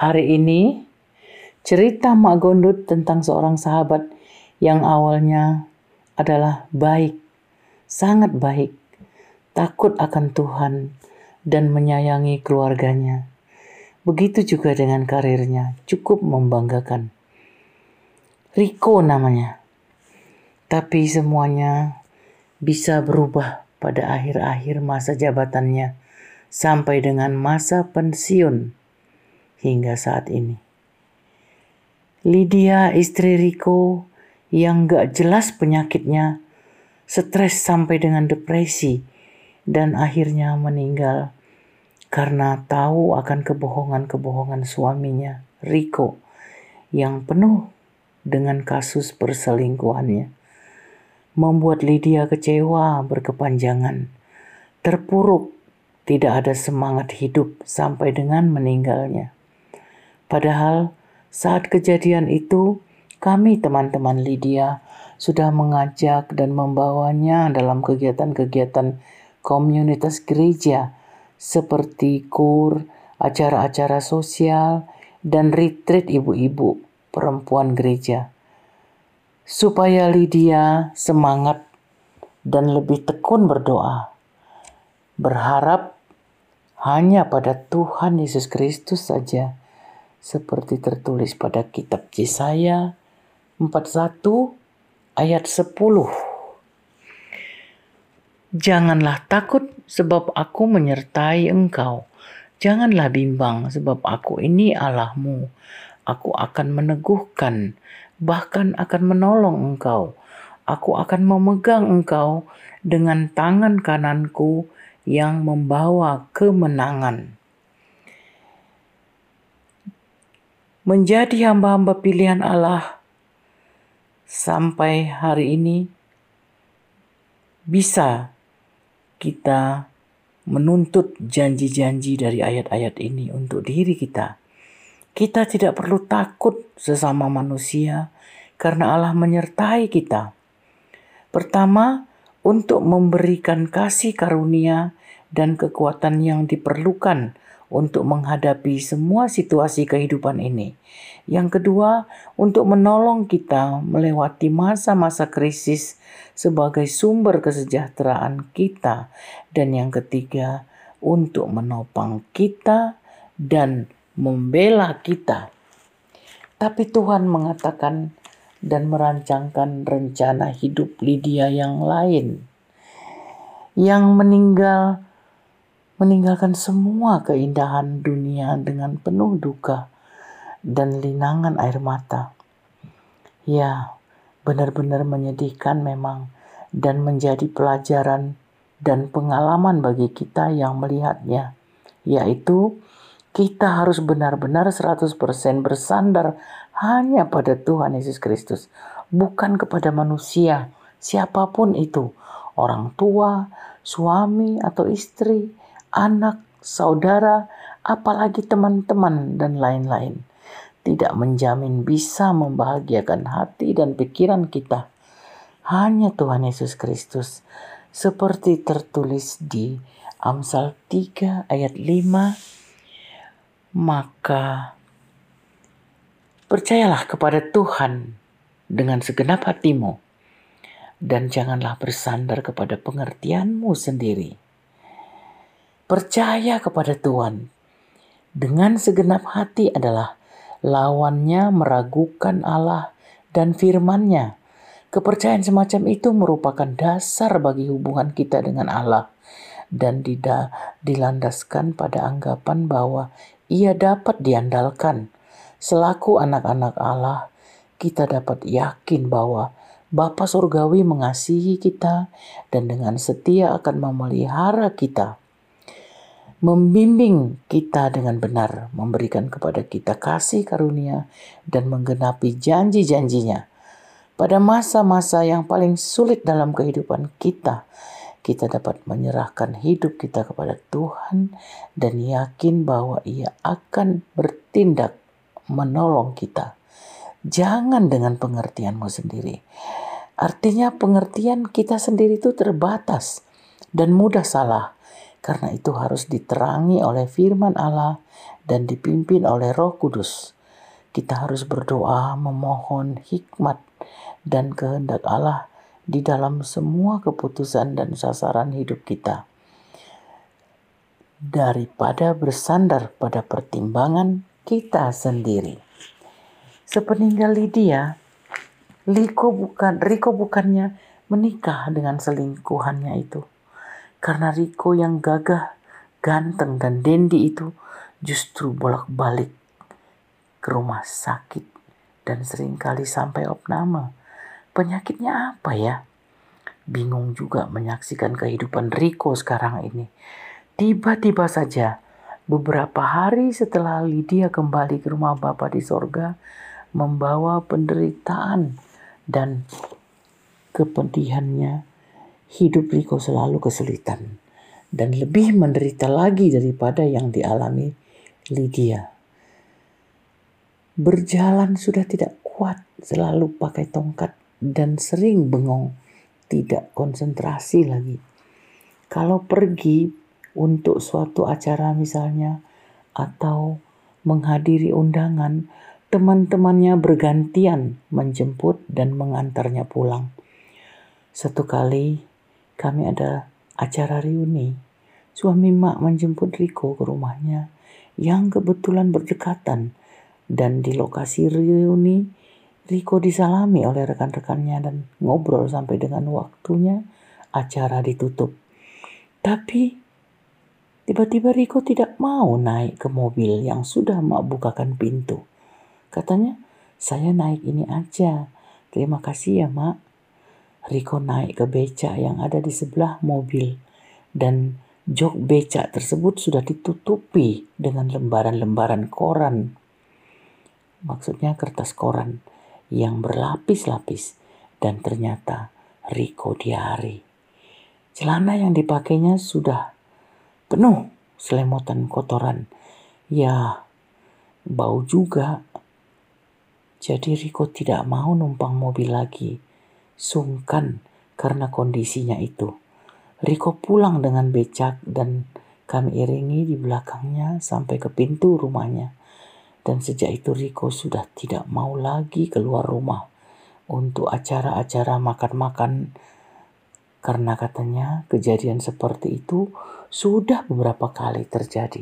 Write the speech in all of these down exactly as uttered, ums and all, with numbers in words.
Hari ini cerita Mak Gondut tentang seorang sahabat yang awalnya adalah baik, sangat baik, takut akan Tuhan dan menyayangi keluarganya. Begitu juga dengan karirnya, cukup membanggakan. Riko namanya. Tapi semuanya bisa berubah pada akhir-akhir masa jabatannya sampai dengan masa pensiun hingga saat ini. Lydia, istri Riko yang gak jelas penyakitnya, stres sampai dengan depresi dan akhirnya meninggal karena tahu akan kebohongan-kebohongan suaminya, Riko, yang penuh dengan kasus perselingkuhannya. Membuat Lydia kecewa berkepanjangan, terpuruk, tidak ada semangat hidup sampai dengan meninggalnya. Padahal saat kejadian itu, kami teman-teman Lydia sudah mengajak dan membawanya dalam kegiatan-kegiatan komunitas gereja seperti kur, acara-acara sosial, dan retreat ibu-ibu perempuan gereja. Supaya Lydia semangat dan lebih tekun berdoa. Berharap hanya pada Tuhan Yesus Kristus saja. Seperti tertulis pada kitab Yesaya empat puluh satu ayat sepuluh. Janganlah takut sebab aku menyertai engkau. Janganlah bimbang sebab aku ini Allahmu. Aku akan meneguhkan, bahkan akan menolong engkau. Aku akan memegang engkau dengan tangan kananku yang membawa kemenangan. Menjadi hamba-hamba pilihan Allah sampai hari ini bisa kita menuntut janji-janji dari ayat-ayat ini untuk diri kita. Kita tidak perlu takut sesama manusia karena Allah menyertai kita. Pertama, untuk memberikan kasih karunia dan kekuatan yang diperlukan untuk menghadapi semua situasi kehidupan ini. Yang kedua, untuk menolong kita melewati masa-masa krisis sebagai sumber kesejahteraan kita. Dan yang ketiga, untuk menopang kita dan membela kita. Tapi Tuhan mengatakan dan merancangkan rencana hidup Lydia yang lain. Yang meninggal meninggalkan semua keindahan dunia dengan penuh duka dan linangan air mata. Ya, benar-benar menyedihkan memang dan menjadi pelajaran dan pengalaman bagi kita yang melihatnya, yaitu kita harus benar-benar seratus persen bersandar hanya pada Tuhan Yesus Kristus, bukan kepada manusia, siapapun itu, orang tua, suami atau istri, anak, saudara, apalagi teman-teman dan lain-lain. Tidak menjamin bisa membahagiakan hati dan pikiran kita. Hanya Tuhan Yesus Kristus. Seperti tertulis di Amsal tiga ayat lima. Maka percayalah kepada Tuhan dengan segenap hatimu. Dan janganlah bersandar kepada pengertianmu sendiri. Percaya kepada Tuhan dengan segenap hati adalah lawannya meragukan Allah dan firman-Nya. Kepercayaan semacam itu merupakan dasar bagi hubungan kita dengan Allah dan dilandaskan pada anggapan bahwa Ia dapat diandalkan. Selaku anak-anak Allah, kita dapat yakin bahwa Bapa Surgawi mengasihi kita dan dengan setia akan memelihara kita. Membimbing kita dengan benar, memberikan kepada kita kasih karunia dan menggenapi janji-janjinya. Pada masa-masa yang paling sulit dalam kehidupan kita, kita dapat menyerahkan hidup kita kepada Tuhan dan yakin bahwa Ia akan bertindak menolong kita. Jangan dengan pengertianmu sendiri. Artinya pengertian kita sendiri itu terbatas dan mudah salah. Karena itu harus diterangi oleh firman Allah dan dipimpin oleh Roh Kudus. Kita harus berdoa memohon hikmat dan kehendak Allah di dalam semua keputusan dan sasaran hidup kita, daripada bersandar pada pertimbangan kita sendiri. Sepeninggal Lydia, Riko bukan Riko bukannya menikah dengan selingkuhannya itu. Karena Riko yang gagah, ganteng dan dandy itu justru bolak-balik ke rumah sakit dan seringkali sampai opname. Penyakitnya apa ya? Bingung juga menyaksikan kehidupan Riko sekarang ini. Tiba-tiba saja, beberapa hari setelah Lydia kembali ke rumah Bapa di sorga, membawa penderitaan dan kepedihannya, hidup Riko selalu kesulitan dan lebih menderita lagi daripada yang dialami Lydia. Berjalan sudah tidak kuat, selalu pakai tongkat dan sering bengong, tidak konsentrasi lagi. Kalau pergi untuk suatu acara misalnya atau menghadiri undangan, teman-temannya bergantian menjemput dan mengantarnya pulang. Satu kali kami ada acara reuni. Suami mak menjemput Riko ke rumahnya yang kebetulan berdekatan. Dan di lokasi reuni, Riko disalami oleh rekan-rekannya dan ngobrol sampai dengan waktunya acara ditutup. Tapi tiba-tiba Riko tidak mau naik ke mobil yang sudah mak bukakan pintu. Katanya, saya naik ini aja. Terima kasih ya mak. Riko naik ke becak yang ada di sebelah mobil. Dan jok becak tersebut sudah ditutupi dengan lembaran-lembaran koran. Maksudnya kertas koran yang berlapis-lapis. Dan ternyata Riko diare. Celana yang dipakainya sudah penuh selemotan kotoran. Ya, bau juga. Jadi Riko tidak mau numpang mobil lagi. Sungkan karena kondisinya itu. Riko pulang dengan becak dan kami iringi di belakangnya sampai ke pintu rumahnya. Dan sejak itu Riko sudah tidak mau lagi keluar rumah untuk acara-acara makan-makan. Karena katanya kejadian seperti itu sudah beberapa kali terjadi.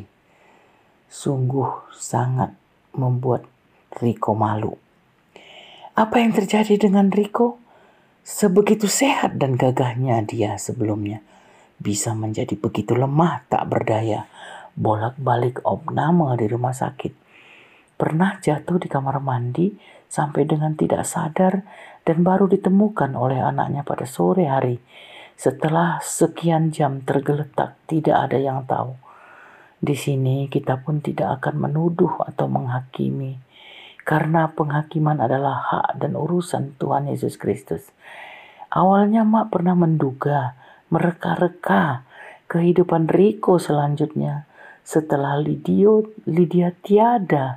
Sungguh sangat membuat Riko malu. Apa yang terjadi dengan Riko? Sebegitu sehat dan gagahnya dia sebelumnya, bisa menjadi begitu lemah tak berdaya, bolak-balik opname di rumah sakit. Pernah jatuh di kamar mandi sampai dengan tidak sadar dan baru ditemukan oleh anaknya pada sore hari. Setelah sekian jam tergeletak, tidak ada yang tahu. Di sini kita pun tidak akan menuduh atau menghakimi, karena penghakiman adalah hak dan urusan Tuhan Yesus Kristus. Awalnya mak pernah menduga, mereka-reka kehidupan Riko selanjutnya setelah Lydia, Lydia tiada.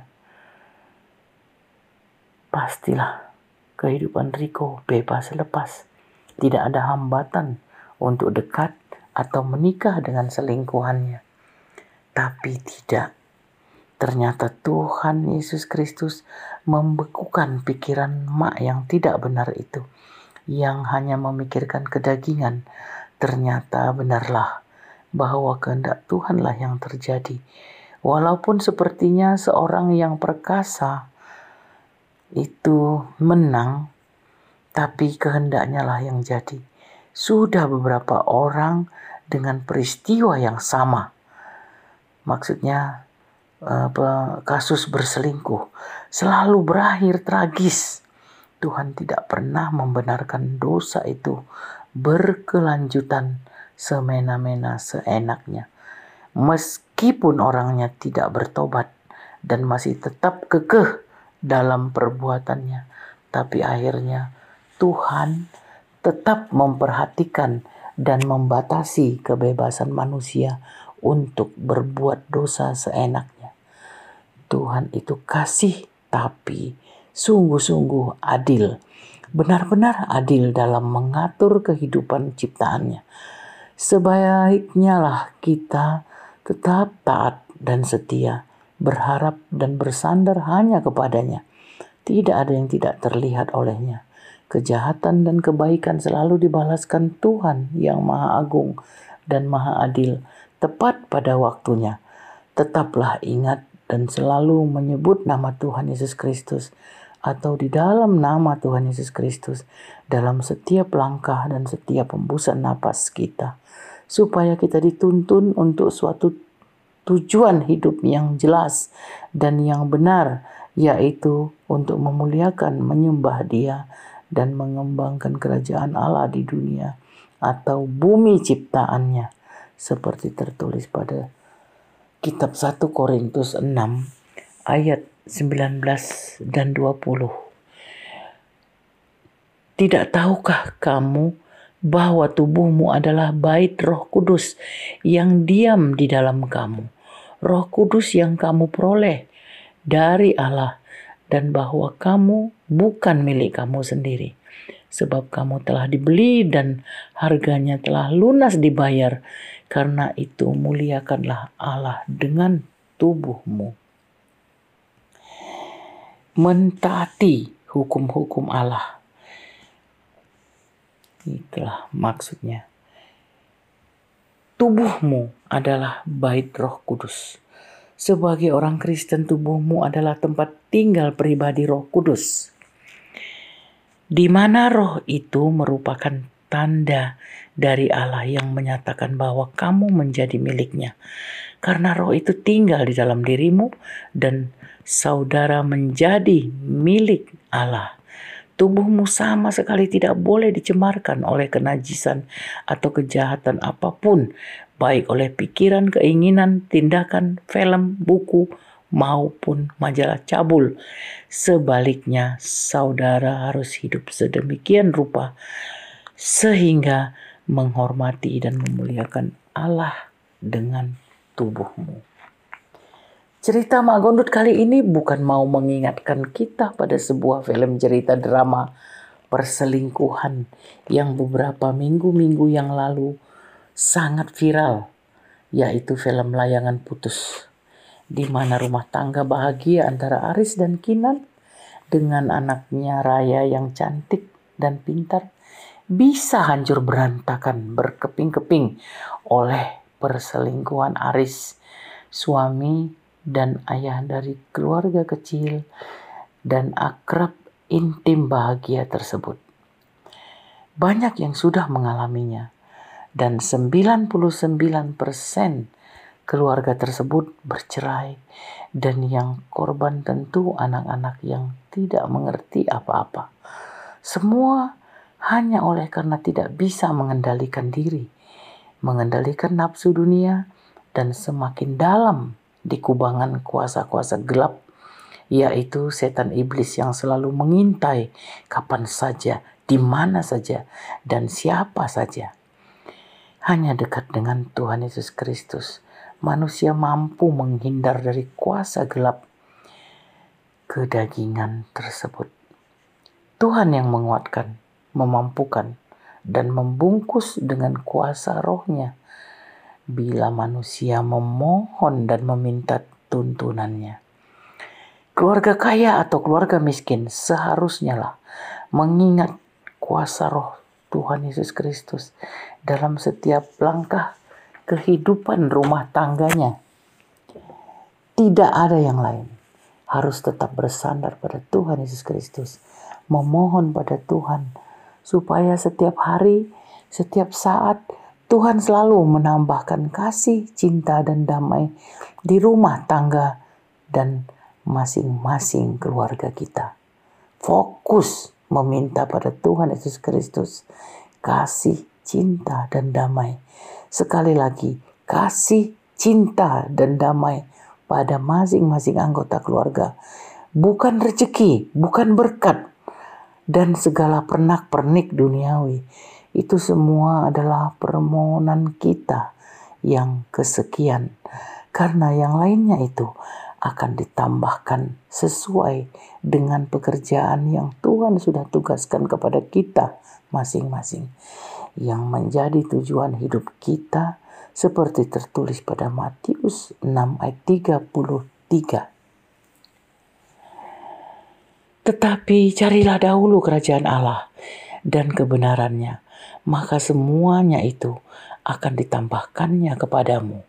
Pastilah kehidupan Riko bebas lepas. Tidak ada hambatan untuk dekat atau menikah dengan selingkuhannya. Tapi tidak. Ternyata Tuhan Yesus Kristus membekukan pikiran mak yang tidak benar itu, yang hanya memikirkan kedagingan. Ternyata benarlah bahwa kehendak Tuhanlah yang terjadi. Walaupun sepertinya seorang yang perkasa itu menang, tapi kehendaknya lah yang jadi. Sudah beberapa orang dengan peristiwa yang sama. Maksudnya kasus berselingkuh selalu berakhir tragis. Tuhan tidak pernah membenarkan dosa itu berkelanjutan semena-mena seenaknya. Meskipun orangnya tidak bertobat dan masih tetap kekeh dalam perbuatannya, tapi akhirnya Tuhan tetap memperhatikan dan membatasi kebebasan manusia untuk berbuat dosa seenaknya. Tuhan itu kasih tapi sungguh-sungguh adil. Benar-benar adil dalam mengatur kehidupan ciptaannya. Sebaiknya lah kita tetap taat dan setia, berharap dan bersandar hanya kepadanya. Tidak ada yang tidak terlihat olehnya. Kejahatan dan kebaikan selalu dibalaskan Tuhan yang Maha Agung dan Maha Adil, tepat pada waktunya. Tetaplah ingat dan selalu menyebut nama Tuhan Yesus Kristus, atau di dalam nama Tuhan Yesus Kristus dalam setiap langkah dan setiap hembusan napas kita, supaya kita dituntun untuk suatu tujuan hidup yang jelas dan yang benar, yaitu untuk memuliakan, menyembah Dia dan mengembangkan kerajaan Allah di dunia atau bumi ciptaannya, seperti tertulis pada kitab satu Korintus enam ayat sembilan belas dan dua puluh. Tidak tahukah kamu bahwa tubuhmu adalah bait Roh Kudus yang diam di dalam kamu, Roh Kudus yang kamu peroleh dari Allah, dan bahwa kamu bukan milik kamu sendiri, sebab kamu telah dibeli dan harganya telah lunas dibayar. Karena itu muliakanlah Allah dengan tubuhmu. Mentaati hukum-hukum Allah, itulah maksudnya. Tubuhmu adalah bait Roh Kudus. Sebagai orang Kristen, tubuhmu adalah tempat tinggal pribadi Roh Kudus, di mana Roh itu merupakan tanda dari Allah yang menyatakan bahwa kamu menjadi miliknya. Karena Roh itu tinggal di dalam dirimu dan saudara menjadi milik Allah. Tubuhmu sama sekali tidak boleh dicemarkan oleh kenajisan atau kejahatan apapun, baik oleh pikiran, keinginan, tindakan, film, buku, maupun majalah cabul. Sebaliknya, saudara harus hidup sedemikian rupa sehingga menghormati dan memuliakan Allah dengan tubuhmu. Cerita Mak Gondut kali ini bukan mau mengingatkan kita pada sebuah film cerita drama perselingkuhan yang beberapa minggu-minggu yang lalu sangat viral, yaitu film Layangan Putus, di mana rumah tangga bahagia antara Aris dan Kinan dengan anaknya Raya yang cantik dan pintar bisa hancur berantakan berkeping-keping oleh perselingkuhan Aris, suami dan ayah dari keluarga kecil dan akrab intim bahagia tersebut. Banyak yang sudah mengalaminya, dan sembilan puluh sembilan persen keluarga tersebut bercerai, dan yang korban tentu anak-anak yang tidak mengerti apa-apa. Semua hanya oleh karena tidak bisa mengendalikan diri, mengendalikan nafsu dunia, dan semakin dalam di kubangan kuasa-kuasa gelap, yaitu setan iblis yang selalu mengintai kapan saja, di mana saja, dan siapa saja. Hanya dekat dengan Tuhan Yesus Kristus, manusia mampu menghindar dari kuasa gelap kedagingan tersebut. Tuhan yang menguatkan, memampukan, dan membungkus dengan kuasa Roh-Nya bila manusia memohon dan meminta tuntunannya. Keluarga kaya atau keluarga miskin seharusnya lah mengingat kuasa Roh Tuhan Yesus Kristus dalam setiap langkah kehidupan rumah tangganya. Tidak ada yang lain. Harus tetap bersandar pada Tuhan Yesus Kristus, memohon pada Tuhan supaya setiap hari, setiap saat Tuhan selalu menambahkan kasih, cinta, dan damai di rumah tangga dan masing-masing keluarga kita. Fokus meminta pada Tuhan Yesus Kristus kasih, cinta, dan damai. Sekali lagi, kasih, cinta, dan damai pada masing-masing anggota keluarga. Bukan rezeki, bukan berkat, dan segala pernak-pernik duniawi. Itu semua adalah permohonan kita yang kesekian. Karena yang lainnya itu akan ditambahkan sesuai dengan pekerjaan yang Tuhan sudah tugaskan kepada kita masing-masing. yang menjadi tujuan hidup kita seperti tertulis pada Matius enam ayat tiga puluh tiga. Tetapi carilah dahulu kerajaan Allah dan kebenarannya, maka semuanya itu akan ditambahkannya kepadamu.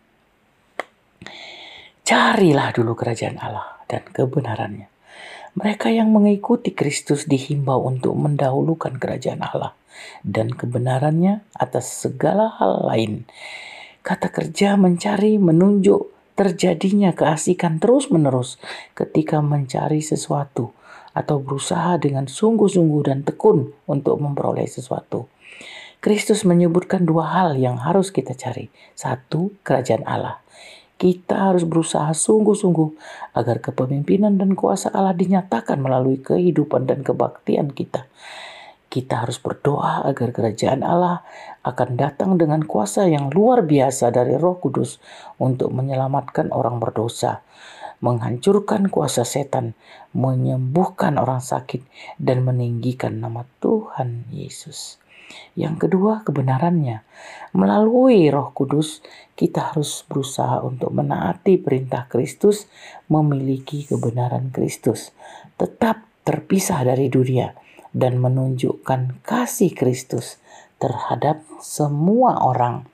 Carilah dulu kerajaan Allah dan kebenarannya. Mereka yang mengikuti Kristus dihimbau untuk mendahulukan kerajaan Allah dan kebenarannya atas segala hal lain. Kata kerja mencari, menunjuk terjadinya keasikan terus-menerus ketika mencari sesuatu atau berusaha dengan sungguh-sungguh dan tekun untuk memperoleh sesuatu. Kristus menyebutkan dua hal yang harus kita cari. Satu, kerajaan Allah. Kita harus berusaha sungguh-sungguh agar kepemimpinan dan kuasa Allah dinyatakan melalui kehidupan dan kebaktian kita. Kita harus berdoa agar kerajaan Allah akan datang dengan kuasa yang luar biasa dari Roh Kudus untuk menyelamatkan orang berdosa, menghancurkan kuasa setan, menyembuhkan orang sakit, dan meninggikan nama Tuhan Yesus. Yang kedua, kebenarannya. Melalui Roh Kudus, kita harus berusaha untuk menaati perintah Kristus, memiliki kebenaran Kristus, tetap terpisah dari dunia, dan menunjukkan kasih Kristus terhadap semua orang.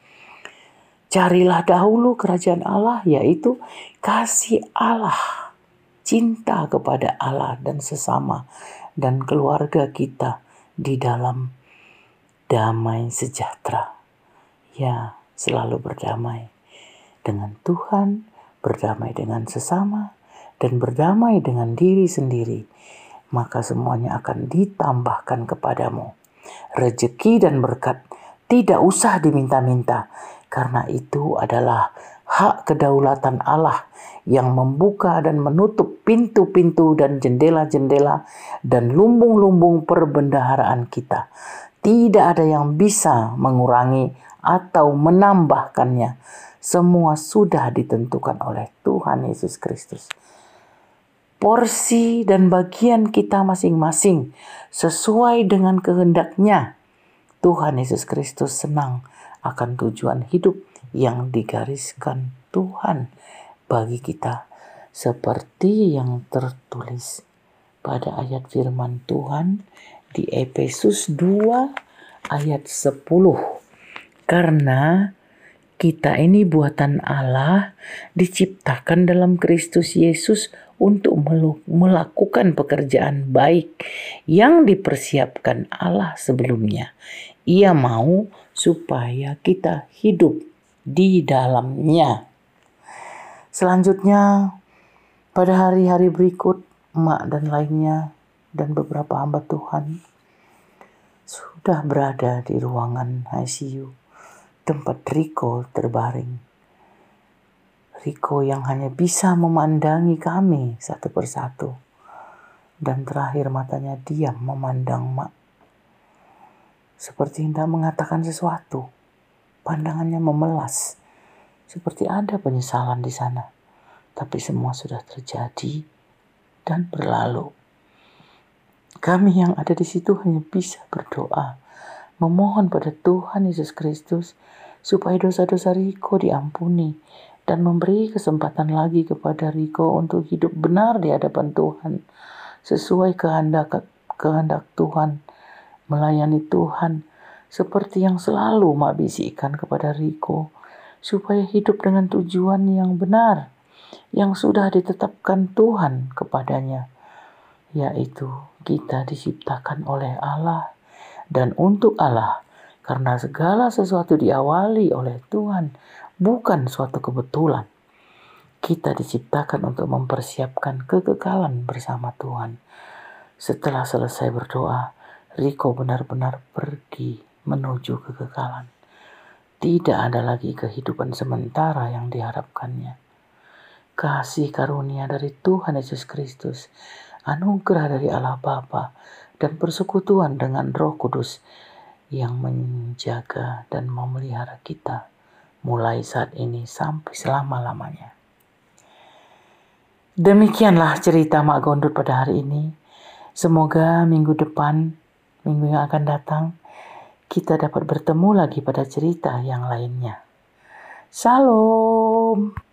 Carilah dahulu kerajaan Allah, yaitu kasih Allah, cinta kepada Allah dan sesama, dan keluarga kita di dalam damai sejahtera. Ya, selalu berdamai dengan Tuhan, berdamai dengan sesama, dan berdamai dengan diri sendiri. Maka semuanya akan ditambahkan kepadamu. Rezeki dan berkat tidak usah diminta-minta, karena itu adalah hak kedaulatan Allah yang membuka dan menutup pintu-pintu dan jendela-jendela dan lumbung-lumbung perbendaharaan kita. Tidak ada yang bisa mengurangi atau menambahkannya. Semua sudah ditentukan oleh Tuhan Yesus Kristus. Porsi dan bagian kita masing-masing sesuai dengan kehendak-Nya. Tuhan Yesus Kristus senang akan tujuan hidup yang digariskan Tuhan bagi kita, seperti yang tertulis pada ayat firman Tuhan di Efesus dua ayat sepuluh. Karena kita ini buatan Allah, diciptakan dalam Kristus Yesus untuk melakukan pekerjaan baik yang dipersiapkan Allah sebelumnya. Ia mau supaya kita hidup di dalamnya. Selanjutnya, pada hari-hari berikut, emak dan lainnya dan beberapa hamba Tuhan sudah berada di ruangan I C U tempat Riko terbaring. Riko yang hanya bisa memandangi kami satu persatu, dan terakhir matanya diam memandang Mak, seperti hendak mengatakan sesuatu. Pandangannya memelas, seperti ada penyesalan di sana. Tapi semua sudah terjadi dan berlalu. Kami yang ada di situ hanya bisa berdoa, memohon pada Tuhan Yesus Kristus supaya dosa-dosa Riko diampuni dan memberi kesempatan lagi kepada Riko untuk hidup benar di hadapan Tuhan sesuai kehendak kehendak Tuhan, melayani Tuhan seperti yang selalu Mak bisikkan kepada Riko, supaya hidup dengan tujuan yang benar yang sudah ditetapkan Tuhan kepadanya, yaitu kita diciptakan oleh Allah dan untuk Allah, karena segala sesuatu diawali oleh Tuhan, bukan suatu kebetulan. Kita diciptakan untuk mempersiapkan kekekalan bersama Tuhan. Setelah selesai berdoa, Riko benar-benar pergi menuju kekekalan. Tidak ada lagi kehidupan sementara yang diharapkannya. Kasih karunia dari Tuhan Yesus Kristus, anugerah dari Allah Bapa, dan persekutuan dengan Roh Kudus yang menjaga dan memelihara kita mulai saat ini sampai selama-lamanya. Demikianlah cerita Mak Gondut pada hari ini. Semoga minggu depan, minggu yang akan datang, kita dapat bertemu lagi pada cerita yang lainnya. Shalom.